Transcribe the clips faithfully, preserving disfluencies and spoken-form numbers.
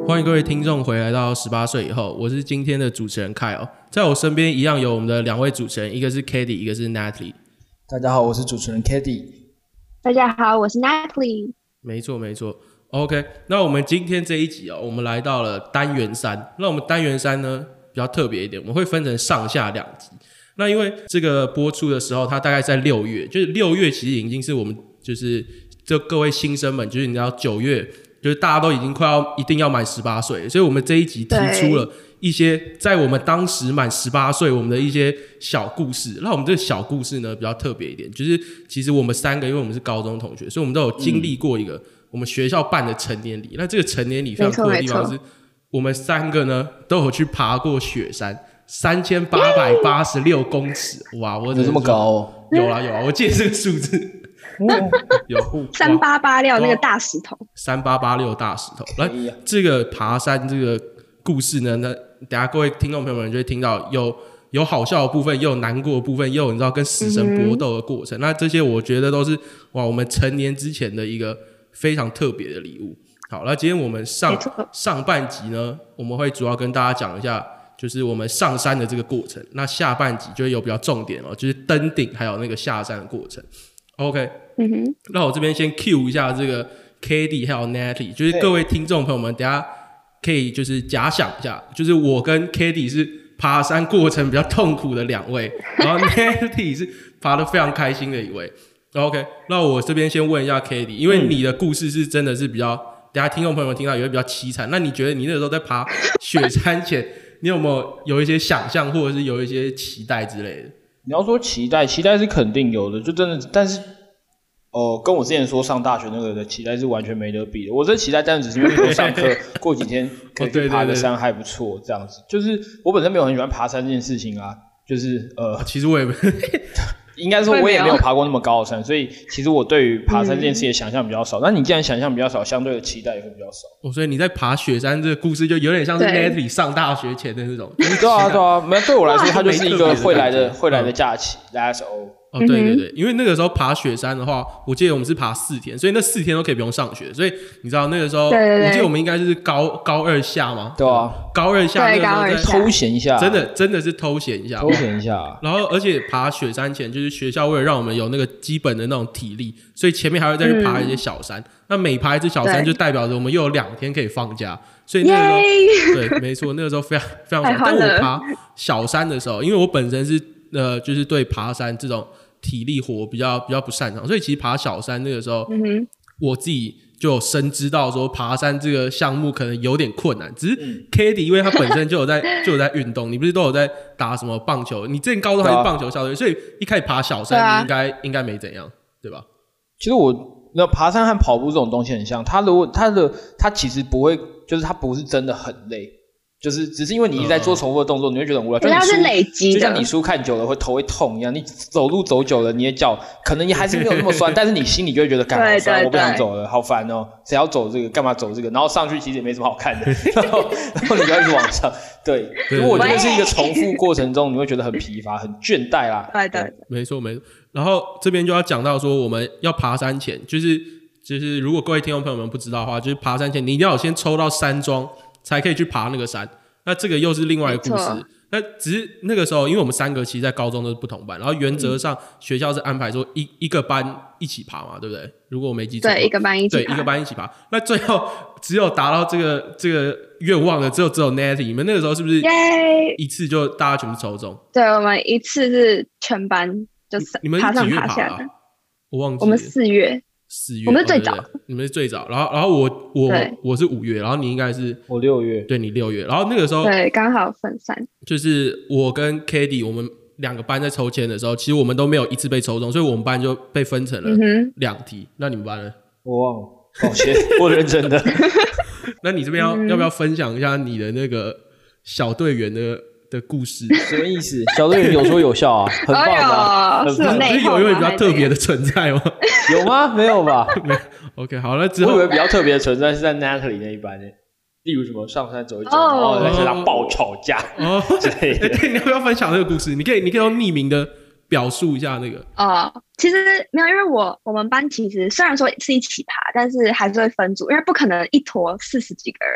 欢迎各位听众回来到十八岁以后，我是今天的主持人 Kyle， 在我身边一样有我们的两位主持人，一个是 Katie， 一个是 Natalie。 大家好，我是主持人 Katie。 大家好，我是 Natalie。 没错没错 OK， 那我们今天这一集、哦、我们来到了单元三。那我们单元三呢比较特别一点，我们会分成上下两集。那因为这个播出的时候它大概在六月，就是六月其实已经是我们就是这各位新生们，就是你知道九月就是大家都已经快要一定要满十八岁，所以我们这一集提出了一些在我们当时满十八岁我们的一些小故事。那我们这个小故事呢比较特别一点，就是其实我们三个因为我们是高中同学，所以我们都有经历过一个我们学校办的成年礼、嗯、那这个成年礼非常酷的地方是我们三个呢都有去爬过雪山三千八百八十六公尺。哇，我有这么高哦？ 有啦有啦，我记得这个数字有三八八六那个大石头， 三八八六大石头。来，这个爬山这个故事呢，那等一下各位听众朋友们就会听到有有好笑的部分，也有难过的部分，也有你知道跟死神搏斗的过程、嗯、那这些我觉得都是哇我们成年之前的一个非常特别的礼物。好，那今天我们上上半集呢，我们会主要跟大家讲一下就是我们上山的这个过程，那下半集就会有比较重点哦，就是登顶还有那个下山的过程。OK， 嗯哼，那我这边先 cue 一下这个 Katie 还有 Natalie， 就是各位听众朋友们等一下可以就是假想一下，就是我跟 Katie 是爬山过程比较痛苦的两位，然后 Natalie 是爬得非常开心的一位。OK， 那我这边先问一下 Katie， 因为你的故事是真的是比较等一下听众朋友们听到也会比较凄惨，那你觉得你那个时候在爬雪山前你有没有有一些想象或者是有一些期待之类的？ 你要说期待，期待是肯定有的，就真的，但是，哦、呃，跟我之前说上大学那个的期待是完全没得比的。我这期待单纯只是因为说上课过几天可以去爬个山还不错，这样子。就是我本身没有很喜欢爬山这件事情啊，就是呃， 其实我也没。 应该说我也没有爬过那么高的山，所以其实我对于爬山这件事情想象比较少、嗯、那你既然想象比较少，相对的期待也会比较少、 哦、所以你在爬雪山这个故事就有点像是 Natalie 上大学前的那种。 对啊对啊，没有，对我来说它就是一个会来的会来的假期、嗯、That's all。 哦，对对对，因为那个时候爬雪山的话，我记得我们是爬四天，所以那四天都可以不用上学，所以你知道那个时候， 对对对， 我记得我们应该是高高二下嘛， 对啊， 高二下那个时候在偷闲一下， 真的真的是偷闲一下， 偷闲一下。 然后而且爬雪山前，就是学校为了让我们有那个基本的那种体力，所以前面还会再去爬一些小山。嗯、那每爬一次小山，就代表着我们又有两天可以放假，所以那个时候，对，没错，那个时候非常非常爽。但我爬小山的时候，因为我本身是呃，就是对爬山这种体力活比较比较不擅长，所以其实爬小山那个时候、嗯、我自己就有深知到说爬山这个项目可能有点困难。只是 Katie 因为他本身就有在就有在运动，你不是都有在打什么棒球，你之前高中还是棒球校队、啊、所以一开始爬小山、啊、你应该应该没怎样，对吧？ 其实我那爬山和跑步这种东西很像，它如果它的它其实不会，就是它不是真的很累，就是只是因为你一直在做重复的动作，你会觉得很无聊。 它是累积的， 就像你书看久了会头会痛一样，你走路走久了，你的脚可能也还是没有那么酸，但是你心里就会觉得干好酸，我不想走了，好烦哦，谁要走这个，干嘛走这个？然后上去其实也没什么好看的，然后然后你就要一直往上。对，因为我觉得是一个重复过程中，你会觉得很疲乏、很倦怠啦。 对对， 没错没错。然后这边就要讲到说，我们要爬山前，就是就是如果各位听众朋友们不知道的话，就是爬山前你一定要有先抽到山庄，才可以去爬那个山。那这个又是另外一个故事。那只是那个时候，因为我们三个其实在高中都是不同班，然后原则上学校是安排说一一个班一起爬嘛，对不对？如果我没记错， 对，一个班一起爬， 对，一个班一起爬。那最后只有达到这个这个愿望的，只有只有 Natalie。你们那个时候是不是一次就大家全部抽中？ 对，我们一次是全班就你们爬上爬爬下的。 我忘记了， 我们四月。 四月， 我们是最早、哦、 对对对，你们是最早，然后然后我我我是五月，然后你应该是我六月， 对，你六月，然后那个时候对刚好分散， 就是我跟 Katie 我们两个班在抽签的时候，其实我们都没有一次被抽中，所以我们班就被分成了两题、嗯、那你们班呢？ 我忘了，抱歉，我认真的。 那你这边要、嗯、要不要分享一下你的那个小队员的的故事？ 什么意思？小队员有说有笑啊，很棒的、啊哎、 很棒。是有一位比较特别的存在吗？ 有吗？没有吧？ 没有。OK， 好，那之后我以为比较特别的存在是在 Natalie 那一班诶，例如什么上山走一走， oh, 然后在跟他爆吵架哦之類的。 對，你要不要分享这个故事？你可以，你可以用匿名的表述一下那个。 哦、呃，其实没有，因为我我们班其实虽然说是一起爬，但是还是会分组，因为不可能一坨四十几个人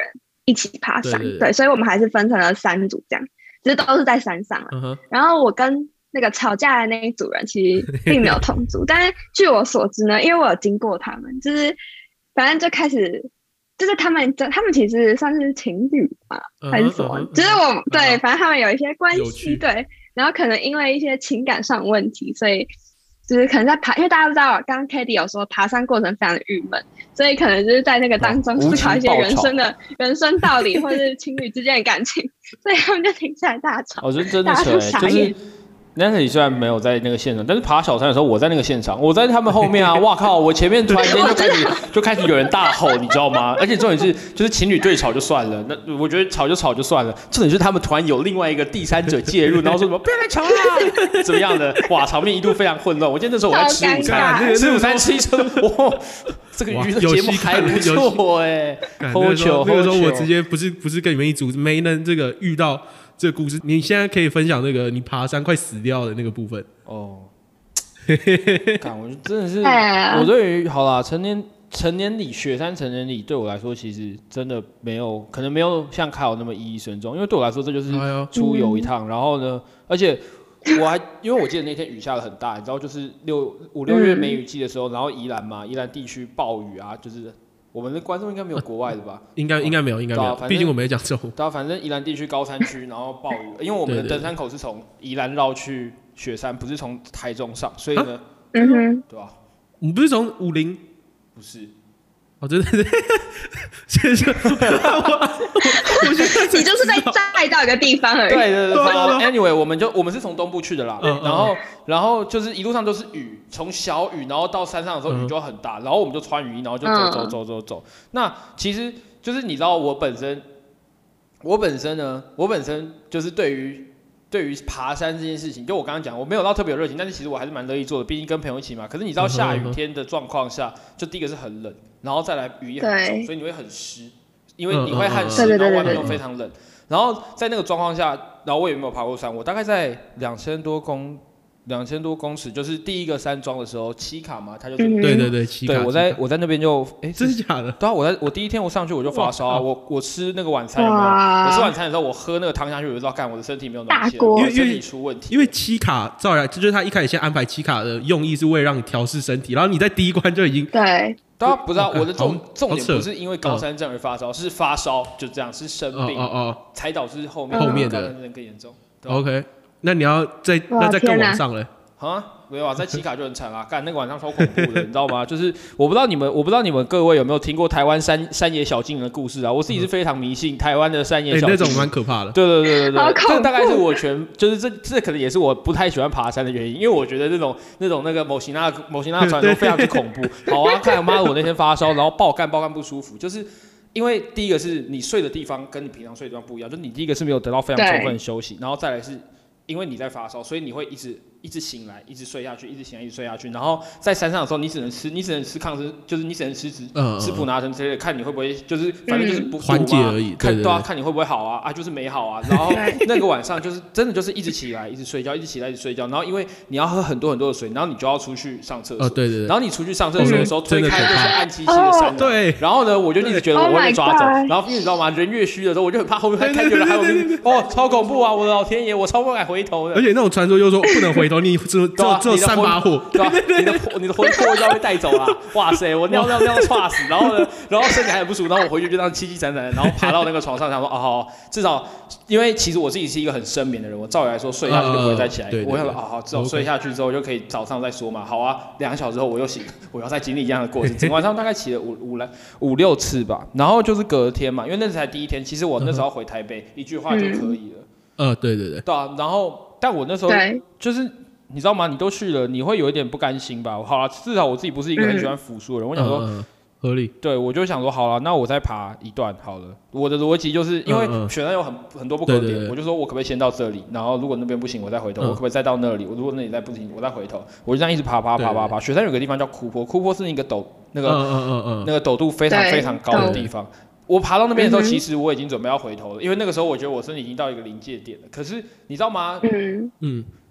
一起爬山， 对对对对，所以我们还是分成了三组这样，只是都是在山上了。 嗯哼， 然后我跟那个吵架的那一组人其实并没有同组，但是据我所知呢，因为我有经过他们，就是反正就开始，就是他们他们其实算是情侣吧， 嗯哼还是什么？ 嗯哼就是我、 嗯哼对，反正他们有一些关有趣系，对，然后可能因为一些情感上的问题，所以就是可能在爬，因为大家都知道，刚刚 K D 有说爬山过程非常的郁闷，所以可能就是在那个当中思考一些人生的、人生道理，或者是情侣之间的感情，所以他们就停下来大吵。 我觉得真的扯、欸， 就是 Natalie 虽然没有在那个现场，但是爬小山的时候我在那个现场，我在他们后面啊！哇靠！我前面突然间就开始就开始有人大吼，你知道吗？而且重点是，就是情侣对吵就算了，那我觉得吵就吵就算了，重点是他们突然有另外一个第三者介入，然后说什么不要再吵啦，怎么样的？哇，场面一度非常混乱。我记得那时候我在吃午餐，吃午餐吃一吃，哇，这个娱乐节目还不错哎，好球！ 那个时候我直接不是不是跟你们一组，没能这个遇到。这个故事，你现在可以分享那个你爬山快死掉的那个部分哦。看，我真的是，我对于好啦，成年成年礼雪山成年礼对我来说，其实真的没有，可能没有像凯尔那么意义深重，因为对我来说这就是出游一趟。哎、然后呢，而且我还因为我记得那天雨下的很大，你知道，就是六五六月梅雨季的时候，然后宜兰嘛，宜兰地区暴雨啊，就是。我们的观众应该没有国外的吧？ 应该应该没有，应该没有。毕竟我没讲中。 对啊，反正宜兰地区高山区，然后暴雨，因为我们的登山口是从宜兰绕去雪山，不是从台中上，所以呢， 嗯哼， 对吧、啊？ 你不是从武陵？ 不是。 哦，真的，谢谢。 你就是被载到一个地方而已。 对对对对。Anyway， 我们就我们是从东部去的啦，嗯、然后然后就是一路上都是雨，从小雨，然后到山上的时候雨就很大，嗯、然后我们就穿雨衣，然后就走走走走走。嗯、那其实就是你知道我本身，我本身呢，我本身就是对于。对于爬山这件事情，就我刚刚讲，我没有到特别有热情，但是其实我还是蛮乐意做的，毕竟跟朋友一起嘛。可是你知道下雨天的状况下，就第一个是很冷，然后再来雨也很重，所以你会很湿，因为你会汗湿，然后外面又非常冷。然后在那个状况下，然后我也没有爬过山，我大概在两千多公两千多公尺，就是第一个山庄的时候，七卡嘛，他就、 嗯、对对对，七卡。 对，我在我在那边就，哎， 真的假的？ 对啊，我在我第一天我上去我就发烧啊，我我吃那个晚餐有没有？我吃晚餐的时候，我喝那个汤下去，我就知道，干我的身体没有暖气了，我身体出问题。 因为七卡照来，就是他一开始先安排七卡的用意是为了让你调试身体，然后你在第一关就已经对。 对啊，不是啊，我的重重点不是因为高山症而发烧，是发烧就这样，是生病，哦哦，才导致后面后面的高山症更严重。 OK， 那你要再那再更往上嘞？ 啊，没有啊，在奇卡就很惨啦，干那个晚上超恐怖的，你知道吗？就是我不知道你们，我不知道你们各位有没有听过台湾山山野小径人的故事啊？我自己是非常迷信台湾的山野小径、 欸，那种蛮可怕的。 对对对对对，这大概是我全，就是这这可能也是我不太喜欢爬山的原因，因为我觉得那种那种那个某型那某型那传说非常之恐怖。好啊，看妈的，我那天发烧，然后爆干爆干不舒服，就是。因为第一个是你睡的地方跟你平常睡的地方不一样，就你第一个是没有得到非常充分的休息，然后再来是因为你在发烧，所以你会一直一直醒来，一直睡下去，一直醒来，一直睡下去。然后在山上的时候，你只能吃，你只能吃抗生，就是你只能吃吃吃普拿疼之类的，看你会不会，就是反正就是不缓解而已。 看对啊，看你会不会好啊啊，就是没好啊。然后那个晚上就是真的就是一直起来，一直睡觉，一直起来，一直睡觉。然后因为你要喝很多很多的水，然后你就要出去上厕所。 哦，对对对。 然后你出去上厕所的时候，推开就是暗漆漆的山。 对。 然后呢，我就一直觉得我会被抓走。然后因为你知道吗？人越虚的时候，我就很怕后面看有人还有哦，超恐怖啊！我的老天爷，我超不敢回头的。 而且那种传说又说不能回头，你只只有只有三把火， 对吧？你的你的魂魄要被带走啦！哇塞，我尿尿尿到岔死，然后呢，然后身体还很不舒服，然后我回去就这样凄凄惨惨的，然后爬到那个床上，想说哦，好，至少因为其实我自己是一个很深眠的人，我照理来说睡下去就不会再起来。我想说哦，好，至少睡下去之后就可以早上再说嘛。好啊，两个小时后我又醒，我要再经历一样的过程。整个晚上大概起了五五来五六次吧，然后就是隔天嘛，因为那才第一天，其实我那时候回台北一句话就可以了。 呃，对对对， 对啊，然后但我那时候就是你知道吗？你都去了，你会有一点不甘心吧？好了，至少我自己不是一个很喜欢服输的人，我想说。 嗯合理， 对，我就想说好了，那我再爬一段好了。我的逻辑就是因为雪山有很很多不可点，对对对，我就说我可不可以先到这里，然后如果那边不行，我再回头。嗯、我可不可以再到那里？如果那里再不行，我再回头。我就这样一直爬爬爬爬爬。雪山有个地方叫库坡，库坡是一个陡那个、嗯嗯嗯、那个陡度非常非常高的地方。我爬到那边的时候，其实我已经准备要回头了，因为那个时候我觉得我身体已经到一个临界点了。可是你知道吗？嗯嗯。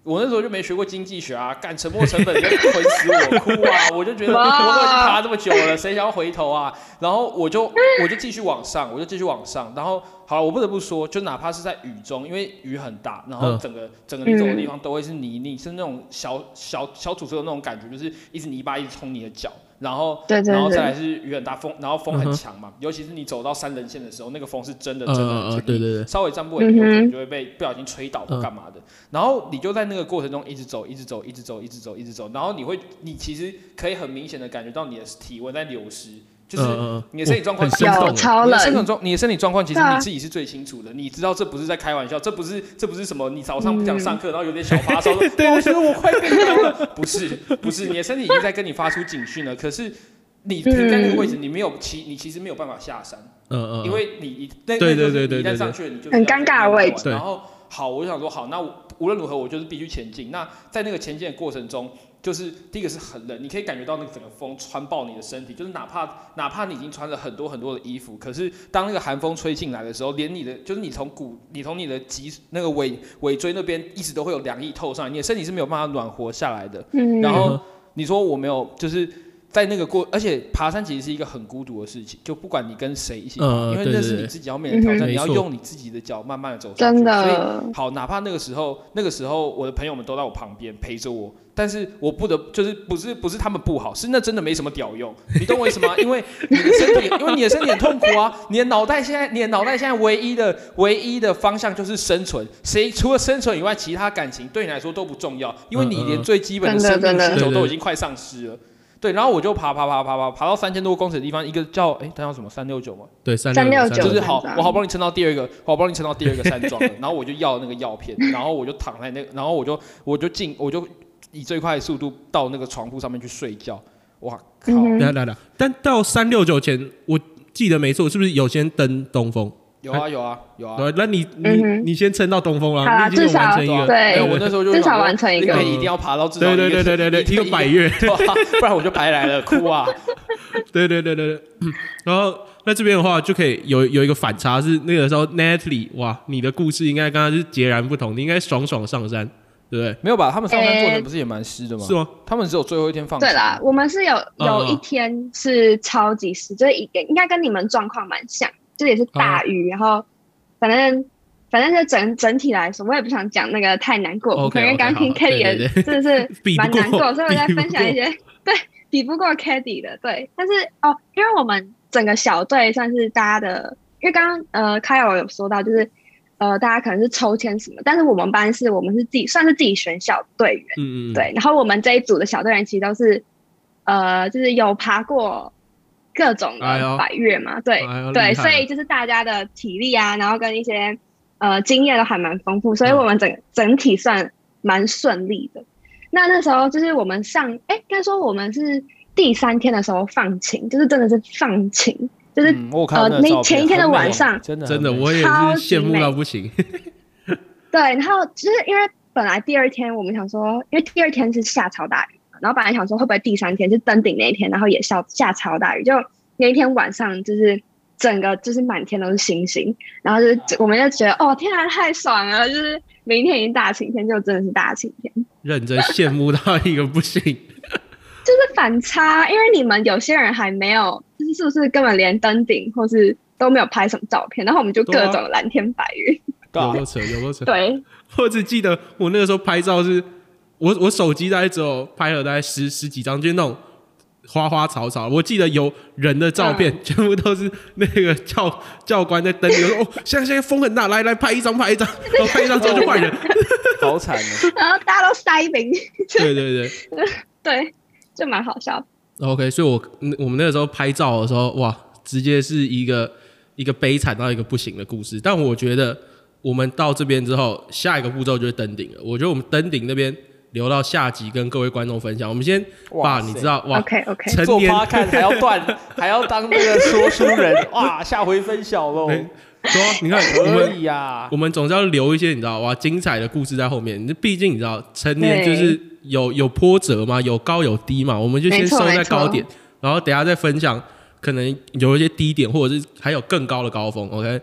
我那时候就没学过经济学啊，干沉没成本就回死我哭啊！我就觉得我都已经爬这么久了，谁想要回头啊？然后我就我就继续往上，我就继续往上。然后好了，我不得不说，就哪怕是在雨中，因为雨很大，然后整个、嗯、整个你走的地方都会是泥泞，是那种小小小土车的那种感觉，就是一直泥巴一直冲你的脚。然后， 对对对， 然后再来是雨很大，风，然后风很强嘛、嗯，尤其是你走到三人线的时候，那个风是真的真的很强、嗯，对对对，稍微站不稳，有可能就会被不小心吹倒或干嘛的、嗯。然后你就在那个过程中一直走，一直走，一直走，一直走，一直走，然后你会，你其实可以很明显的感觉到你的体温在流失。就是你的身体状况， 有超冷， 你的身体状，你的身体状况其实你自己是最清楚的。你知道这不是在开玩笑，这不是这不是什么你早上不想上课，然后有点小发烧，说我觉得我快病倒了。不是不是，你的身体已经在跟你发出警讯了。可是你停在那个位置，你没有其你其实没有办法下山，嗯嗯，因为你你那对对对对， 你一旦上去了，你就很尴尬的位置。 然后好，我就想说好，那无论如何我就是必须前进。那在那个前进的过程中。就是第一个是很冷，你可以感觉到那个整个风穿爆你的身体，就是哪怕哪怕你已经穿了很多很多的衣服，可是当那个寒风吹进来的时候，连你的就是你从骨，你从你的脊那个尾尾椎那边一直都会有凉意透上来，你的身体是没有办法暖和下来的。嗯，然后你说我没有，就是在那个过，而且爬山其实是一个很孤独的事情，就不管你跟谁一起爬，嗯、因为那是你自己要面临的挑战、嗯，你要用你自己的脚慢慢的走上去。真的，所以好，哪怕那个时候，那个时候我的朋友们都在我旁边陪着我。但是我不得就是不是不是他们不好，是那真的没什么屌用，你懂我意思吗？因为你的身体，因为你的身体很痛苦啊，你的脑袋现在，你的脑袋现在唯一的唯一的方向就是生存，谁除了生存以外，其他感情对你来说都不重要，因为你连最基本的生命需求都已经快丧失了。对，然后我就爬爬爬爬爬爬到三千多公尺的地方，一个叫哎，它叫什么三六九吗？ 对，三六九， 就是好，我好不容易撑到第二个，好不容易撑到第二个山庄了，然后我就要那个药片，然后我就躺在那个，然后我就我就进我就。以最快的速度到那个床铺上面去睡觉，哇靠！ 等下等下，但到三六九前，我记得没错，是不是有先登东峰？ 有啊有啊有啊。 那你你、嗯、你先撑到东峰了， 啊、 你已经完成一个。 对， 我那时候就至少完成一个， 你一定要爬到至少一个。 对对对对对对，一个百岳， 不然我就白来了，哭啊！ 对对对对对，然后那这边的话就可以有有一个反差，是那个时候 Natalie， 哇，你的故事应该跟他是截然不同，你应该爽爽上山。对不对？ 没有吧？他们上山过程不是也蛮湿的吗？ 是吗？ 他们只有最后一天放。 对啦，我们是有有一天是超级湿，就是一个应该跟你们状况蛮像，就也是大雨，然后反正反正就整整体来说，我也不想讲那个太难过，因为刚听 Kelly 的真的是蛮难过，所以我在分享一些对比不过 Kelly 的对，但是哦，因为我们整个小队算是大家的，因为刚刚呃 Kyle 有说到就是。呃，大家可能是抽签什么，但是我们班是我们是自己算是自己选小队员，嗯嗯，对。然后我们这一组的小队员其实都是，呃，就是有爬过各种的百岳嘛，对、哎、对，所以就是大家的体力啊，然后跟一些呃经验都还蛮丰富，所以我们整、嗯、整体算蛮顺利的。那那时候就是我们上，哎，应该说我们是第三天的时候放晴，就是真的是放晴。就是、嗯、呃，那前一天的晚上， 真的真的，我也是羡慕到不行。 对，然后就是因为本来第二天我们想说，因为第二天是下超大雨，然后本来想说会不会第三天就登顶那一天，然后也下下超大雨，就那一天晚上就是整个就是满天都是星星，然后就是我们就觉得哦天啊太爽了，就是明天已经大晴天，就真的是大晴天， 认真羡慕到一个不行。 就是反差，因为你们有些人还没有，就是是不是根本连登顶或是都没有拍什么照片，然后我们就各种蓝天白云， 有多扯，有多扯。 对， 我只记得我那个时候拍照是，我我手机大概只有拍了大概十十几张，就是那种花花草草。我记得有人的照片，嗯、全部都是那个教教官在登顶，说哦，现在现在风很大，来来拍一张拍一张，然后拍一张之后就换人， 好惨哦。 然后大家都塞饼。 对对对， 对。就蛮好笑的。 OK， 所以我我们那个时候拍照的时候，哇，直接是一个一个悲惨到一个不行的故事。但我觉得我们到这边之后，下一个步骤就是登顶了。我觉得我们登顶那边留到下集跟各位观众分享。我们先把你知道哇 ，OK OK， 做 podcast 还要断，还要当那个说书人，哇，下回分晓喽。 说、啊，你看我们呀、啊， 我们总是要留一些你知道哇精彩的故事在后面。毕竟你知道成年就是有有波折嘛，有高有低嘛，我们就先收在高点，然后等一下再分享可能有一些低点，或者是还有更高的高峰。OK，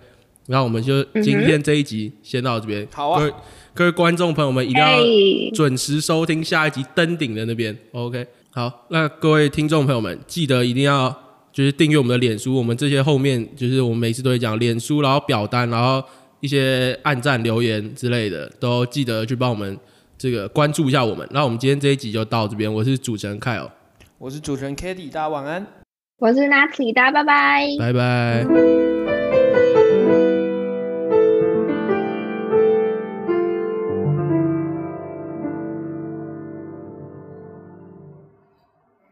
那我们就今天这一集先到这边。 好啊， 各位各位观众朋友们一定要准时收听下一集登顶的那边。OK， 好，那各位听众朋友们记得一定要就是订阅我们的脸书，我们这些后面就是我们每次都会讲脸书，然后表单，然后一些按赞留言之类的，都记得去帮我们这个关注一下我们。那我们今天这一集就到这边，我是主持人 Kyle， 我是主持人 Kitty， 大家晚安。 我是 Natalie， 大家拜拜， 拜拜。